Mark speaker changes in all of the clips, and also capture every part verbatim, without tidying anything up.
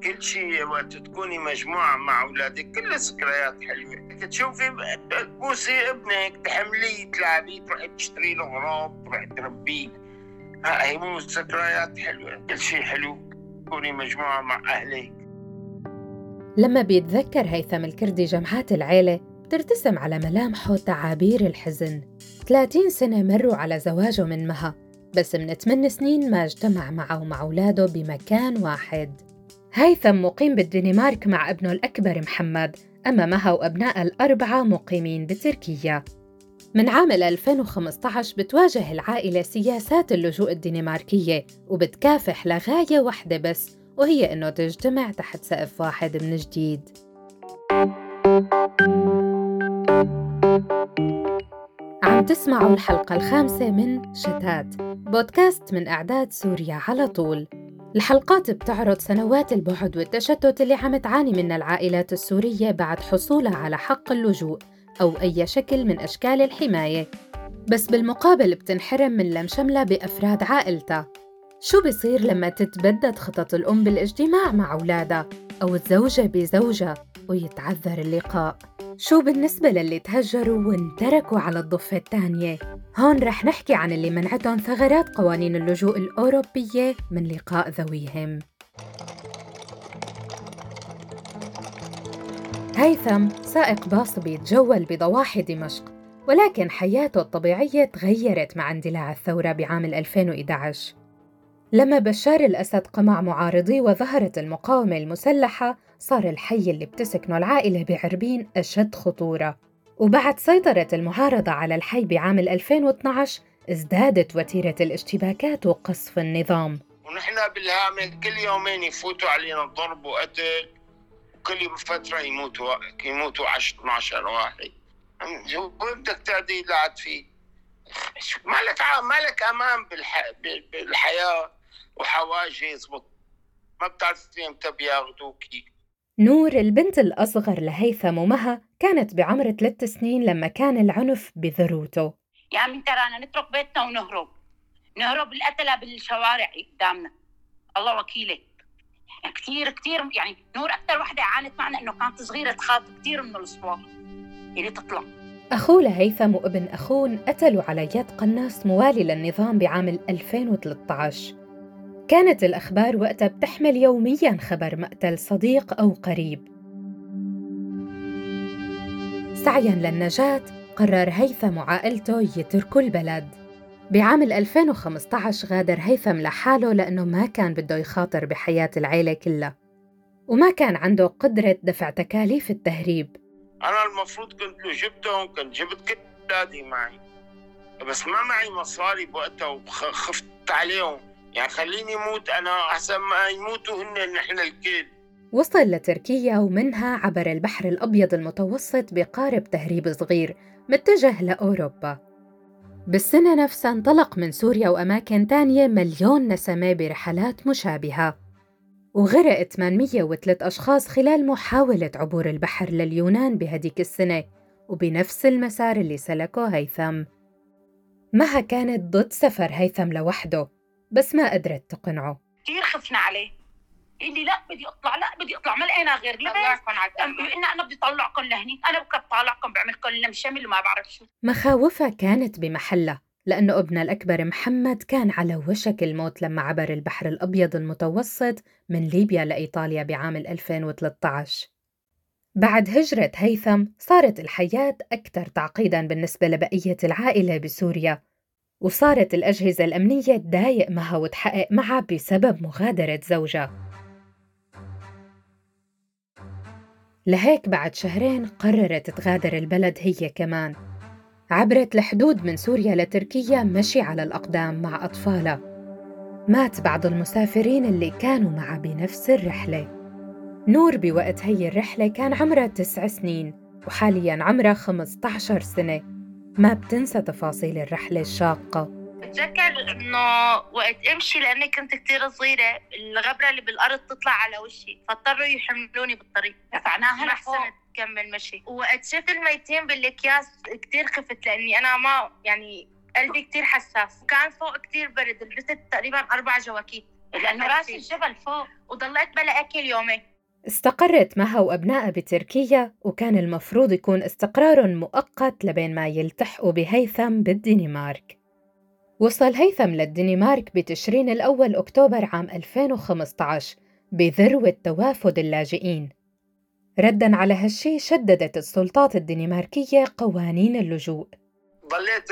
Speaker 1: كل شيء وقت تكوني مجموعة مع أولادك كلها ذكريات حلوة. تشوفي تبوسي ابنك، تحمليه، تلعبيه، تروحي تشتري له غراض، تروحي تربيه. هاي مو ذكريات حلوة، كل شيء حلو تكوني مجموعة مع أهلك.
Speaker 2: لما بيتذكر هيثم الكردي جمعات العيلة بترتسم على ملامحه تعابير الحزن. ثلاثين سنة مروا على زواجه من مها، بس من ثمان سنين ما اجتمع معه ومع أولاده بمكان واحد. هيثم مقيم بالدنمارك مع ابنه الأكبر محمد، أما مها وأبناء الأربعة مقيمين بتركيا. من عام ألفين وخمسة عشر بتواجه العائلة سياسات اللجوء الدنماركية، وبتكافح لغاية واحدة بس، وهي إنه تجتمع تحت سقف واحد من جديد. عم تسمعوا الحلقة الخامسة من شتات، بودكاست من إعداد سوريا على طول. الحلقات بتعرض سنوات البعد والتشتت اللي عم تعاني منها العائلات السورية بعد حصولها على حق اللجوء أو أي شكل من أشكال الحماية، بس بالمقابل بتنحرم من لمشملة بأفراد عائلتها. شو بيصير لما تتبدد خطط الأم بالاجتماع مع أولادها أو الزوجة بزوجها ويتعذر اللقاء؟ شو بالنسبة للي تهجروا وانتركوا على الضفة الثانية؟ هون رح نحكي عن اللي منعتهم ثغرات قوانين اللجوء الأوروبية من لقاء ذويهم. هيثم سائق باص بيتجول بضواحي دمشق، ولكن حياته الطبيعية تغيرت مع اندلاع الثورة بعام ألفين وإحدى عشر. لما بشار الأسد قمع معارضيه وظهرت المقاومة المسلحة، صار الحي اللي بتسكنه العائلة بعربين أشد خطورة. وبعد سيطرة المعارضة على الحي بعام ألفين واثني عشر ازدادت وتيرة الاشتباكات وقصف النظام.
Speaker 1: ونحن بالهامة كل يومين يفوتوا علينا ضرب وقتل، كل فترة يموتوا يموتوا عشرة اثنا عشر واحد. شو بدك تعدي لعد فيه؟ مالك مالك أمان بالح... بالحياة وحواجز، ما بتعرفي امتى بياخدوكي.
Speaker 2: نور البنت الأصغر لهيثم ومها كانت بعمر ثلاث سنين لما كان العنف بذروته.
Speaker 3: يا عمي ترانا نترك بيتنا ونهرب نهرب القتلة بالشوارع قدامنا، الله وكيلك. يعني كتير كتير يعني نور أكتر واحدة عانت معنا إنه كانت صغيرة تخاف كتير من الأصوات اللي تطلع.
Speaker 2: أخوه لهيثم وابن أخوه انقتلوا على يد قناص موالي للنظام بعام ألفين وثلاثة عشر. كانت الأخبار وقتها بتحمل يومياً خبر مقتل صديق أو قريب. سعياً للنجاة قرر هيثم وعائلته يتركوا البلد. بعام ألفين وخمسة عشر غادر هيثم لحاله لأنه ما كان بده يخاطر بحياة العيلة كلها، وما كان عنده قدرة دفع تكاليف التهريب.
Speaker 1: أنا المفروض كنت لو جبتهم كنت جبت كل أولادي معي، بس ما معي مصاري بوقتها وخفت عليهم. يعني خليني موت أنا أحسن ما يموتوا هن نحن الكل.
Speaker 2: وصل لتركيا ومنها عبر البحر الأبيض المتوسط بقارب تهريب صغير متجه لأوروبا. بالسنة نفسها انطلق من سوريا وأماكن تانية مليون نسمة برحلات مشابهة، وغرق ثمانمئة وثلاثة أشخاص خلال محاولة عبور البحر لليونان بهديك السنة، وبنفس المسار اللي سلكه هيثم. مها كانت ضد سفر هيثم لوحده، بس ما قدرت تقنعه.
Speaker 3: كتير خفنا عليه، اللي لا بدي أطلع لا بدي أطلع ما لقينا غير طلعكم على إن أنا بدي أطلعكم لهنيك، أنا بكره طالعكم بعمل كل مشامل وما بعرف شو.
Speaker 2: مخاوفها كانت بمحلها، لأنه ابنها الأكبر محمد كان على وشك الموت لما عبر البحر الأبيض المتوسط من ليبيا لإيطاليا بعام ألفين وثلاثة عشر. بعد هجرة هيثم صارت الحياة أكثر تعقيداً بالنسبة لبقية العائلة بسوريا، وصارت الأجهزة الأمنية تضايق معها وتحقق معها بسبب مغادرة زوجها. لهيك بعد شهرين قررت تغادر البلد هي كمان. عبرت الحدود من سوريا لتركيا مشي على الأقدام مع أطفالها. مات بعض المسافرين اللي كانوا معها بنفس الرحلة. نور بوقت هي الرحلة كان عمرها تسع سنين، وحالياً عمرها خمسة عشر سنة. ما بتنسى تفاصيل الرحلة الشاقة.
Speaker 3: بتذكر إنه وقت أمشي لأني كنت كتير صغيرة، الغبرة اللي بالأرض تطلع على وشي، فاضطروا يحملوني بالطريق، دفعناها لفوق كمل مشي. وقت شفت الميتين بالأكياس كتير خفت، لأني أنا ما يعني قلبي كتير حساس، وكان فوق كتير برد، لبست تقريباً أربع جواكيت. لأنه راس الجبل فوق، وضليت بلا أكل يومين.
Speaker 2: استقرت مها وأبنائها بتركيا، وكان المفروض يكون استقرار مؤقت لبين ما يلتحقوا بهيثم بالدنمارك. وصل هيثم للدنمارك بتشرين الأول أكتوبر عام ألفين وخمسة عشر بذروة توافد اللاجئين. رداً على هالشي شددت السلطات الدنماركية قوانين اللجوء.
Speaker 1: ضليت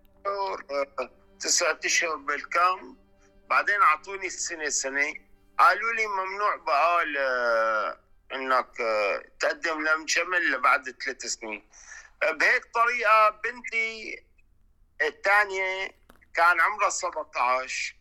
Speaker 1: تسعة أشهر بالكام، بعدين أعطوني السنة سنة، قالوا لي ممنوع بقى إنك تقدم لم شمل لبعد ثلاث سنين. بهيك طريقة بنتي الثانية كان عمرها سبعة عشر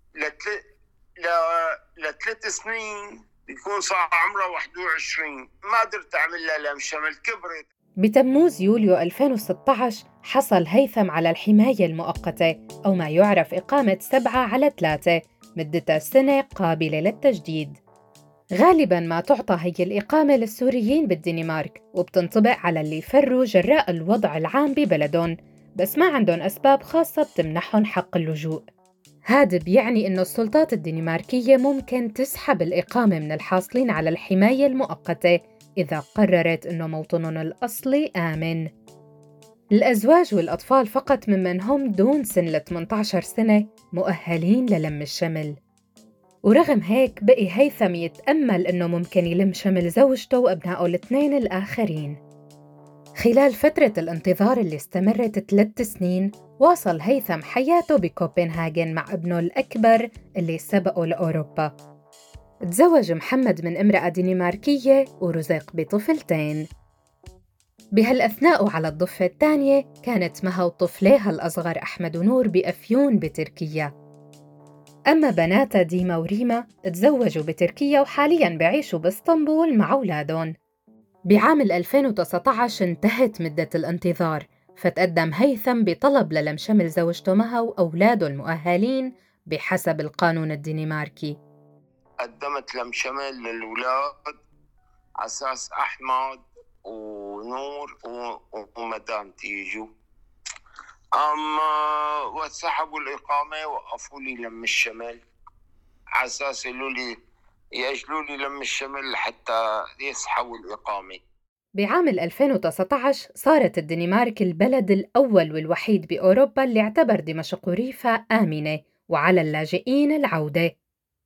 Speaker 1: لثلاث سنين بيكون صار عمرها واحد وعشرين، ما قدرت أعمل لها لم شمل، كبرت.
Speaker 2: بتموز يوليو ألفين وستة عشر حصل هيثم على الحماية المؤقتة، أو ما يعرف إقامة سبعة على ثلاثة، مدتها سنة قابلة للتجديد. غالباً ما تعطى هي الإقامة للسوريين بالدنمارك، وبتنطبق على اللي فروا جراء الوضع العام ببلدهم، بس ما عندهم أسباب خاصة بتمنحهم حق اللجوء. هذا بيعني إنه السلطات الدنماركية ممكن تسحب الإقامة من الحاصلين على الحماية المؤقتة إذا قررت إنه موطنهم الأصلي آمن. الأزواج والأطفال فقط ممن هم دون سن ثمانية عشر سنة مؤهلين للم الشمل. ورغم هيك بقي هيثم يتأمل إنه ممكن يلم شمل زوجته وأبنائه الاثنين الآخرين. خلال فترة الانتظار اللي استمرت ثلاث سنين، واصل هيثم حياته بكوبنهاغن مع ابنه الأكبر اللي سبقه لأوروبا. تزوج محمد من امرأة دنماركية ورزق بطفلتين. بهالأثناء وعلى الضفة الثانية كانت مها وطفليها الأصغر أحمد ونور بأفيون بتركيا. أما بناتها ديما وريما تزوجوا بتركيا وحالياً بعيشوا باسطنبول مع أولادهم. بعام ألفين وتسعة عشر انتهت مدة الانتظار، فتقدم هيثم بطلب للم شمل زوجته مها وأولاده المؤهلين بحسب القانون الدنماركي.
Speaker 1: قدمت لم شمل للأولاد على أساس أحمد ونور ومدام تيجوا، أما وسحبوا الإقامة وقفوا لي لم الشمل على أساس يقولوا لي يأجلوا لي لم الشمل حتى يسحبوا الإقامة.
Speaker 2: بعام ألفين وتسعة عشر صارت الدنمارك البلد الأول والوحيد بأوروبا اللي اعتبر دمشق وريفها آمنة وعلى اللاجئين العودة.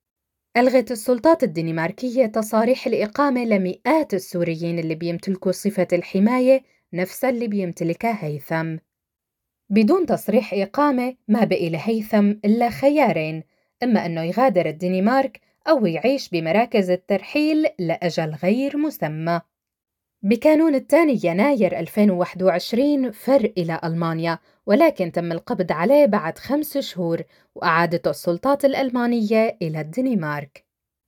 Speaker 2: ألغت السلطات الدنماركية تصاريح الإقامة لمئات السوريين اللي بيمتلكوا صفة الحماية نفس اللي بيمتلكها هيثم. بدون تصريح إقامة ما بقي لهيثم إلا خيارين، إما أنه يغادر الدنمارك أو يعيش بمراكز الترحيل لأجل غير مسمى. بكانون الثاني يناير ألفين وواحد وعشرين فر إلى ألمانيا، ولكن تم القبض عليه بعد خمس شهور وأعادته السلطات الألمانية إلى الدنمارك.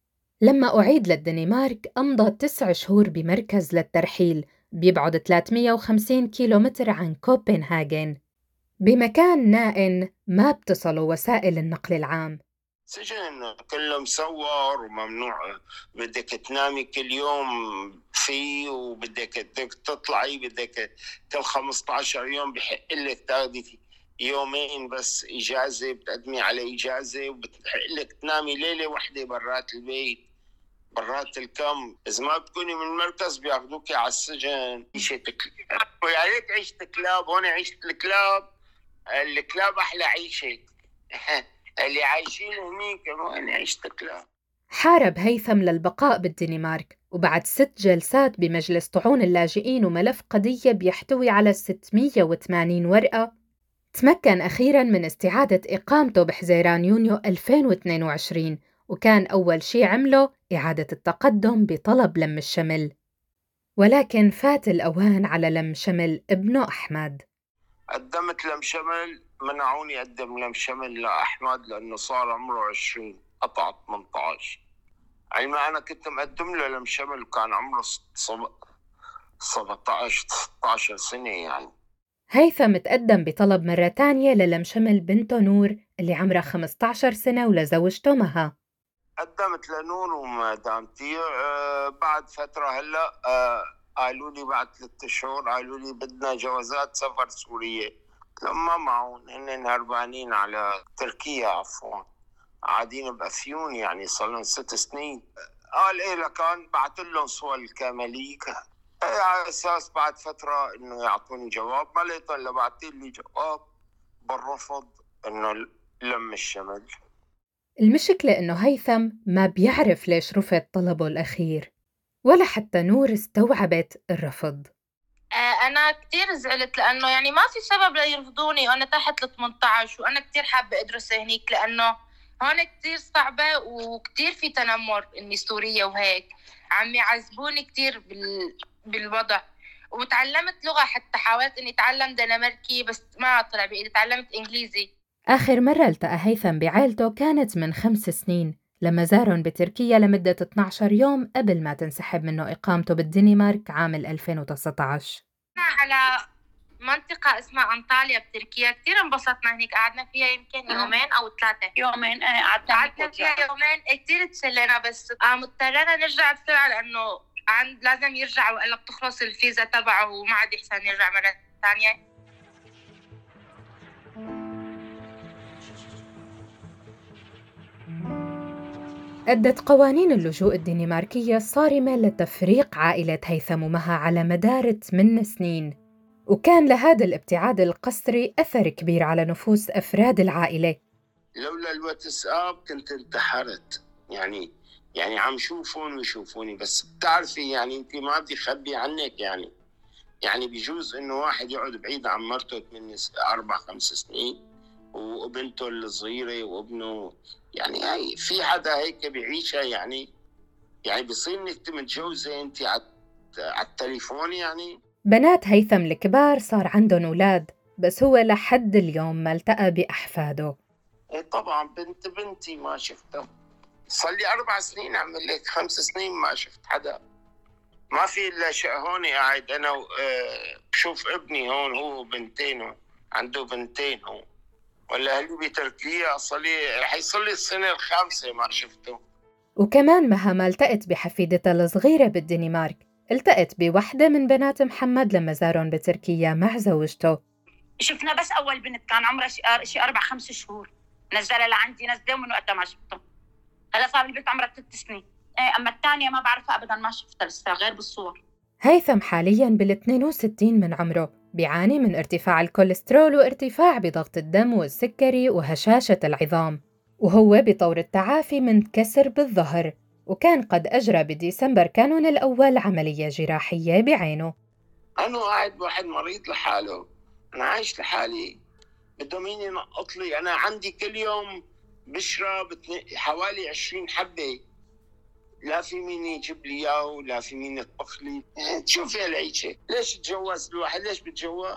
Speaker 2: لما أعيد للدنمارك أمضى تسع شهور بمركز للترحيل بيبعد ثلاثمئة وخمسين كيلومتر عن كوبنهاغن، بمكان نائن ما بتصله وسائل النقل العام.
Speaker 1: سجن كله مصور وممنوع، بدك تنامي كل يوم فيه، وبدك بدك تطلعي بدك كل خمسة عشر يوم بحق لك تاخذي يومين بس إجازة، بتقدمي على إجازة، وبتحق لك تنامي ليلة واحدة برات البيت برات الكم. إذا ما بتكوني من المركز بياخذوكي على السجن. عيشتك ويا ريت عيشة كلاب، هون عيشة الكلاب، الكلاب أحلى عيشة اللي عايشين هنيك كمان عيشة كلاب.
Speaker 2: حارب هيثم للبقاء بالدنمارك، وبعد ست جلسات بمجلس طعون اللاجئين وملف قضية بيحتوي على ستمئة وثمانين ورقة، تمكن أخيراً من استعادة إقامته بحزيران يونيو ألفين واثنين وعشرين، وكان أول شيء عمله إعادة التقدم بطلب لم الشمل. ولكن فات الأوان على لم شمل ابنه أحمد.
Speaker 1: قدمت لم شمل، منعوني أقدم لم شمل لأحمد لأنه صار عمره عشرين، قطع ثمانية عشر. علما أنا كنت مقدم له لم شمل وكان عمره سبعة عشر ستة عشر سنة يعني.
Speaker 2: هيثم تقدم بطلب مرة تانية للم شمل بنته نور اللي عمرها خمسة عشر سنة ولزوجته مها.
Speaker 1: قدمت لنور ومدامتي أه بعد فترة هلا أه قالوا لي بعد ثلاثة شهور قالوا لي بدنا جوازات سفر سورية، لما معهم هن هربانين على تركيا عفوا، قاعدين بأفيون يعني صار لهم ست سنين. قال إيه لكان بعت لهم صور الكامليك على أساس بعد فترة إنه يعطوني جواب، ما لقيت إلا بعتين لي جواب بالرفض إنه لم الشمل.
Speaker 2: المشكلة إنه هيثم ما بيعرف ليش رفض طلبه الأخير، ولا حتى نور استوعبت الرفض.
Speaker 3: أنا كتير زعلت لأنه يعني ما في سبب ليرفضوني وأنا تحت ال ثمانية عشر وأنا كتير حابة أدرس هنيك، لأنه هون كتير صعبة وكتير في تنمر إني سورية وهيك، عم يعذبوني كتير بال... بالوضع. وتعلمت لغة، حتى حاولت إني أتعلم دنماركي بس ما طلع بإيدي، تعلمت إنجليزي.
Speaker 2: آخر مرة التقى هيثم بعائلته كانت من خمس سنين لما زارهم بتركيا لمدة اثني عشر يوم قبل ما تنسحب منه إقامته بالدنمارك عام ألفين وتسعة عشر.
Speaker 3: على منطقة اسمها أنطاليا بتركيا، كتير انبسطنا هناك، قعدنا فيها يمكن يومين أو ثلاثة.
Speaker 4: يومين ايه
Speaker 3: قعدنا فيها يومين كتير تسلينا، بس مضطرنا نرجع بسرعة لأنه عند لازم يرجع وإلا بتخلص الفيزا تبعه وما عاد يحسن يرجع مرة ثانية.
Speaker 2: أدت قوانين اللجوء الدنماركية الصارمة لتفريق عائلة هيثم ومها على مدار ثمان سنين، وكان لهذا الابتعاد القسري أثر كبير على نفوس أفراد العائلة.
Speaker 1: لولا الواتساب كنت انتحرت، يعني يعني عم شوفون ويشوفوني، بس بتعرفي يعني انت ما بدي خبي عنك، يعني يعني بيجوز انه واحد يقعد بعيد عن مرته من اربع خمس سنين وبنته الصغيره وابنه، يعني هاي في حدا هيك بيعيشها، يعني يعني بيصير انك متجوزه انت على التليفون. يعني
Speaker 2: بنات هيثم الكبار صار عندهم أولاد، بس هو لحد اليوم ما التقى بأحفاده.
Speaker 1: ايه طبعا بنت بنتي ما شفتها، صار لي اربع سنين اعمل لك خمس سنين ما شفت حدا، ما في الا شيء هون قاعد انا بشوف ابني هون، هو بنتين، عنده بنتين هون، ولا هل بتركيا صار لي حيصير لي السنه الخامسه ما شفته.
Speaker 2: وكمان مها ما التقت بحفيدتها الصغيرة بالدنمارك، التقت بوحدة من بنات محمد لما زارهم بتركيا مع زوجته.
Speaker 4: شفنا بس أول بنت كان عمرها شي أربع خمس شهور، نزلها لعندي نزله ومن وقتها ما شفته. هلا صار البنت عمرها ثلاث سنين، ايه أما الثانية ما بعرفها أبدا، ما شفتها لسه غير بالصور.
Speaker 2: هيثم حالياً بالاثنين وستين من عمره، بيعاني من ارتفاع الكوليسترول وارتفاع بضغط الدم والسكري وهشاشة العظام، وهو بطور التعافي من كسر بالظهر، وكان قد أجرى بديسمبر كانون الأول عملية جراحية بعينه.
Speaker 1: أنا قاعد واحد مريض لحاله، أنا عايش لحالي، بدهم مين ينقط لي؟ أنا عندي كل يوم بشرب حوالي عشرين حبة، لا في مين يجيب لي اياه ولا في مين يطبخ لي. تشوفي العيشه، ليش تجوز الواحد؟ ليش بتجوز؟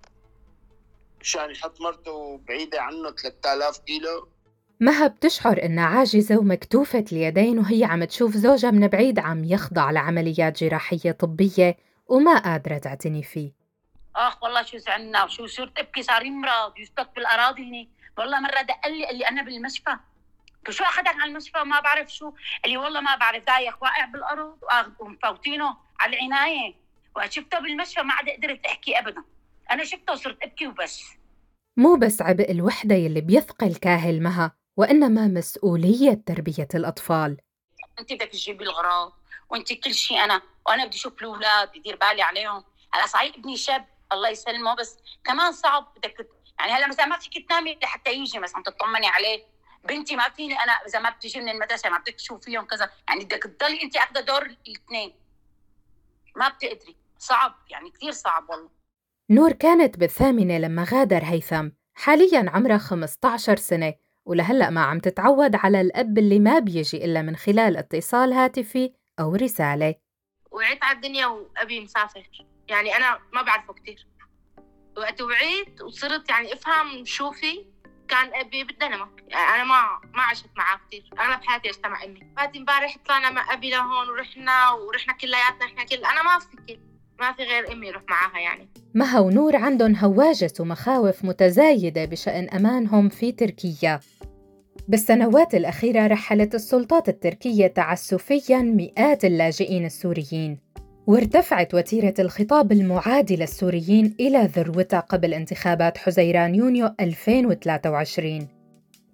Speaker 1: مشان يحط مرته بعيده عنه ثلاثة آلاف كيلو.
Speaker 2: مها بتشعر إنها عاجزة ومكتوفة اليدين وهي عم تشوف زوجها من بعيد عم يخضع لعمليات جراحية طبية وما قادرة تعتني فيه.
Speaker 4: آخ والله شو زعلنا وشو صرت أبكي، صار يمرض يسقط بالأراضي هني. والله مرة دق لي قال لي أنا بالمشفى، شو أخذك على المشفى؟ ما بعرف شو، اللي والله ما بعرف، دايخ واقع بالأرض ومفوتينه على العناية، وشفته بالمشفى ما عاد قدرت أحكي أبدا، أنا شفته وصرت أبكي وبس.
Speaker 2: مو بس عبء الوحدة يلي بيثقل كاهل مها، وإنما مسؤولية تربية الأطفال.
Speaker 4: أنت بدك تجيبي الغراض وأنت كل شيء، أنا وأنا بدي أشوف الأولاد بدير بالي عليهم. هلا صحيح ابني شاب الله يسلمه، بس كمان صعب، بدك يعني هلا مثلا ما فيك تنامي لحتى يجي مثلا تطمني عليه. بنتي ما فيني انا اذا ما بتجي من المدرسه ما بدك تشوفيهم كذا، يعني بدك تضلي انت اخذه دور الاثنين، ما بتقدري، صعب يعني كثير صعب والله.
Speaker 2: نور كانت بالثامنة لما غادر هيثم، حالياً عمرها خمسة عشر سنة، ولهلأ ما عم تتعود على الأب اللي ما بيجي إلا من خلال اتصال هاتفي أو رسالة.
Speaker 3: وعيت على الدنيا وأبي مسافر، يعني أنا ما بعرفه كتير. وقت وعيت وصرت يعني أفهم شوفي، كان أبي بالدنمارك، يعني أنا ما ما عشت معاه كتير، أغلب حياتي عشت مع أمي. بعد امبارح طلعنا مع أبي لهون ورحنا ورحنا كلياتنا، إحنا كل أنا ما في كل ما في غير أمي روح معاها. يعني
Speaker 2: مها ونور عندهم هواجس ومخاوف متزايدة بشأن أمانهم في تركيا. بالسنوات الأخيرة رحلت السلطات التركية تعسفياً مئات اللاجئين السوريين، وارتفعت وتيرة الخطاب المعادي للسوريين إلى ذروتها قبل انتخابات حزيران يونيو ألفين وثلاثة وعشرين.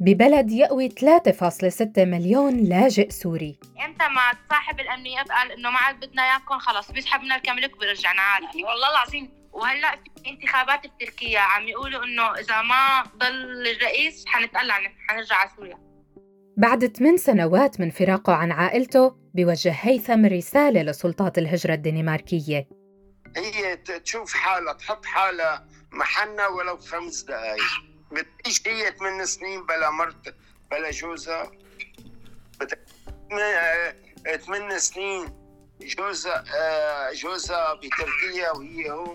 Speaker 2: ببلد يأوي ثلاثة فاصلة ستة مليون لاجئ سوري.
Speaker 3: امتى ما صاحب الامنيات قال انه ما عاد بدنا اياكم خلص بيسحب لنا الكاملك وبيرجعنا عادي
Speaker 4: يعني والله العظيم.
Speaker 3: وهلا في انتخابات بتركيا عم يقولوا انه اذا ما ضل الرئيس حنتقلع حنرجع على سوريا.
Speaker 2: بعد ثمان سنوات من فراقه عن عائلته بيوجه هيثم رسالة لسلطات الهجرة الدنماركية.
Speaker 1: هي تشوف حالها تحط حالها محلنا ولو خمس دقايق. بتعيش هي ثمان سنين بلا مرت بلا جوزها، ثمان سنين جوزها جوزها بتركيا وهي هون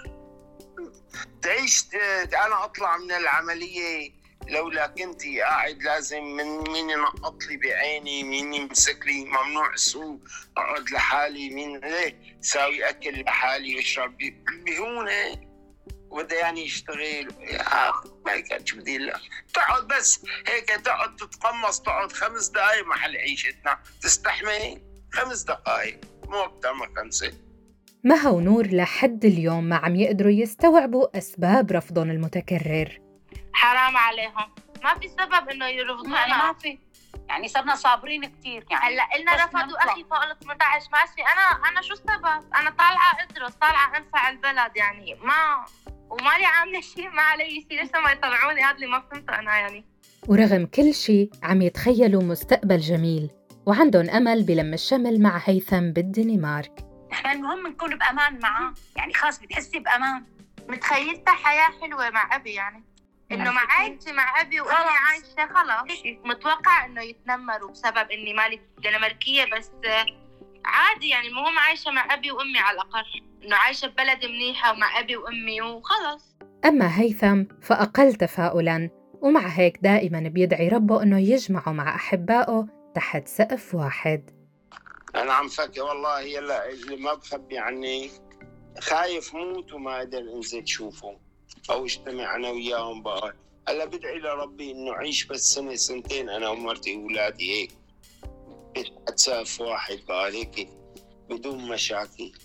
Speaker 1: تعيش. انا اطلع من العمليه لولا كنتي قاعد لازم من مين ينقط لي بعيني، مين يمسك لي، ممنوع السوق، اقعد لحالي، مين ليه ساوي اكل لحالي واشرب بهونه وبده يعني يشتغل. ما كان شو بدي له تقعد بس هيك تقعد تتقمص، تقعد خمس دقايق محل عيشتنا تستحمل خمس دقايق مو اكثر من خمسه.
Speaker 2: مها ونور لحد اليوم ما عم يقدروا يستوعبوا اسباب رفضهم المتكرر.
Speaker 3: حرام عليهم، ما في سبب انه يرفضونا،
Speaker 4: يعني ما في، يعني صرنا صابرين كتير. يعني
Speaker 3: هلا قلنا رفضوا اخي فوق ال ثمانية عشر ماشي، انا انا شو السبب؟ انا طالعه ادرس، طالعه انفع البلد، يعني ما ومالي عامله شيء ما علي شيء، لسه ما يطلعوني؟ هذا اللي ما فهمته انا. يعني
Speaker 2: ورغم كل شيء عم يتخيلوا مستقبل جميل وعندهم امل بلم الشمل مع هيثم بالدنمارك.
Speaker 4: نحن المهم نكون بامان معه، يعني خاص بتحسي بامان.
Speaker 3: متخيلتها حياه حلوه مع ابي، يعني انه مع عائلتي مع ابي وامي عايشه خلاص. متوقع انه يتنمروا بسبب اني مالي دنماركيه، بس عادي يعني المهم عايشه مع ابي وامي، على الاقل انه عايشه ببلد منيحه ومع ابي وامي وخلاص.
Speaker 2: اما هيثم فاقل تفاؤلا، ومع هيك دائما بيدعي ربه انه يجمعه مع احبائه تحت سقف واحد.
Speaker 1: انا عم فكر والله يلا اللي ما بخبي عني، خايف موت وما قدر انزل شوفه او اجتمع انا وياهم بقى. هلا بدعي لربي انه اعيش بس سنه سنتين انا ومرتي واولادي هيك تحت سقف واحد بقى هيك بدون مشاكل.